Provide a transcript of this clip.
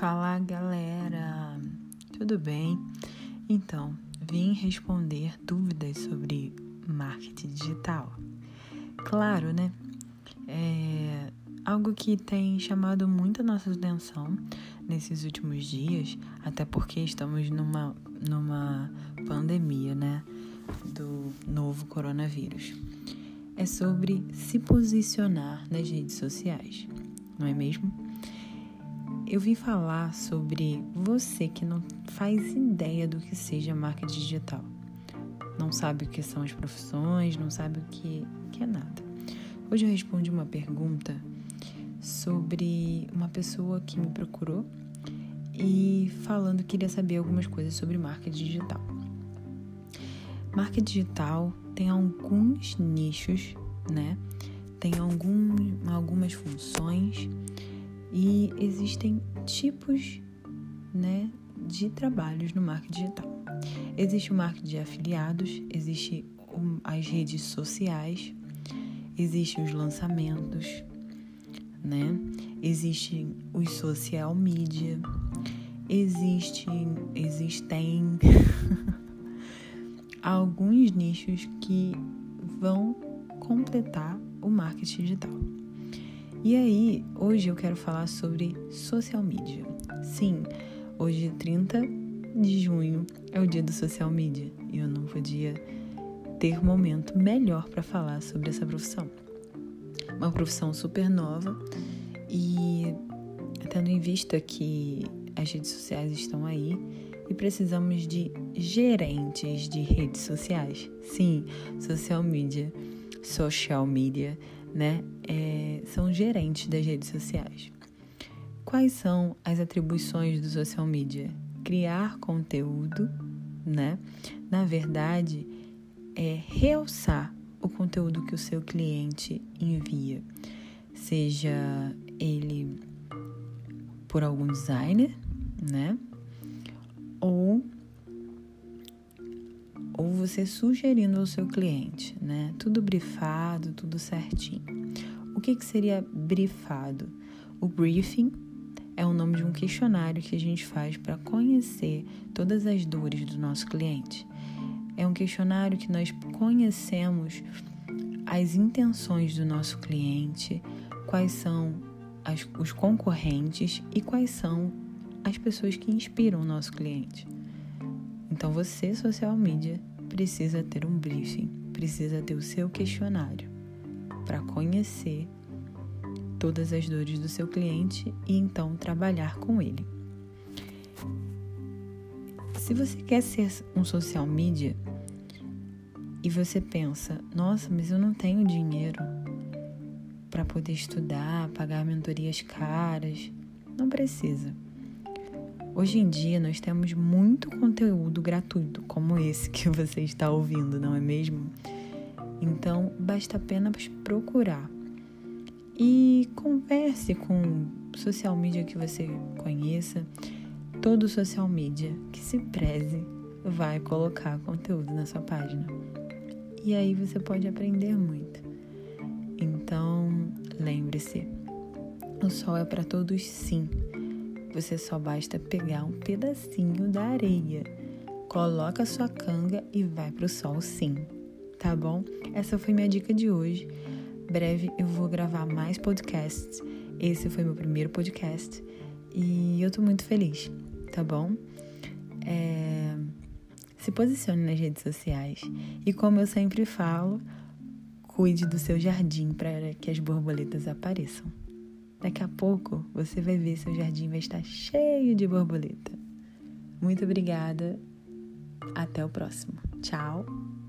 Fala, galera! Tudo bem? Então, vim responder dúvidas sobre marketing digital. Claro, né? É algo que tem chamado muito a nossa atenção nesses últimos dias, até porque estamos numa pandemia, né? Do novo coronavírus. É sobre se posicionar nas redes sociais, não é mesmo? Eu vim falar sobre você que não faz ideia do que seja marketing digital. Não sabe o que são as profissões, não sabe o que é nada. Hoje eu respondi uma pergunta sobre uma pessoa que me procurou e falando que queria saber algumas coisas sobre marketing digital. Marketing digital tem alguns nichos, né? Tem algumas funções e existem tipos, né, de trabalhos no marketing digital. Existe o marketing de afiliados, existe as redes sociais, existem os lançamentos, né? Existem os social media, existem alguns nichos que vão completar o marketing digital. E aí, hoje eu quero falar sobre social media. Sim, hoje 30 de junho é o dia do social media e eu não podia ter momento melhor para falar sobre essa profissão. Uma profissão super nova e tendo em vista que as redes sociais estão aí e precisamos de gerentes de redes sociais. Sim, social media, né? São gerentes das redes sociais. Quais são as atribuições do social media? Criar conteúdo, né? Na verdade, é realçar o conteúdo que o seu cliente envia, seja ele por algum designer, né? Ou você sugerindo ao seu cliente, né? Tudo briefado, tudo certinho. O que seria briefado? O briefing é o nome de um questionário que a gente faz para conhecer todas as dores do nosso cliente. É um questionário que nós conhecemos as intenções do nosso cliente, quais são os concorrentes e quais são as pessoas que inspiram o nosso cliente. Então você, social media, precisa ter um briefing, precisa ter o seu questionário para conhecer todas as dores do seu cliente e então trabalhar com ele. Se você quer ser um social media e você pensa, nossa, mas eu não tenho dinheiro para poder estudar, pagar mentorias caras, não precisa. Hoje em dia nós temos muito conteúdo gratuito, como esse que você está ouvindo, não é mesmo? Então, basta apenas procurar. E converse com social media que você conheça. Todo social media que se preze vai colocar conteúdo na sua página. E aí você pode aprender muito. Então, lembre-se, o sol é para todos sim. Você só basta pegar um pedacinho da areia, coloca a sua canga e vai pro sol sim, tá bom? Essa foi minha dica de hoje. Breve eu vou gravar mais podcasts. Esse foi meu primeiro podcast e eu tô muito feliz, tá bom? Se posicione nas redes sociais e, como eu sempre falo, cuide do seu jardim para que as borboletas apareçam. Daqui a pouco você vai ver seu jardim vai estar cheio de borboleta. Muito obrigada. Até o próximo. Tchau.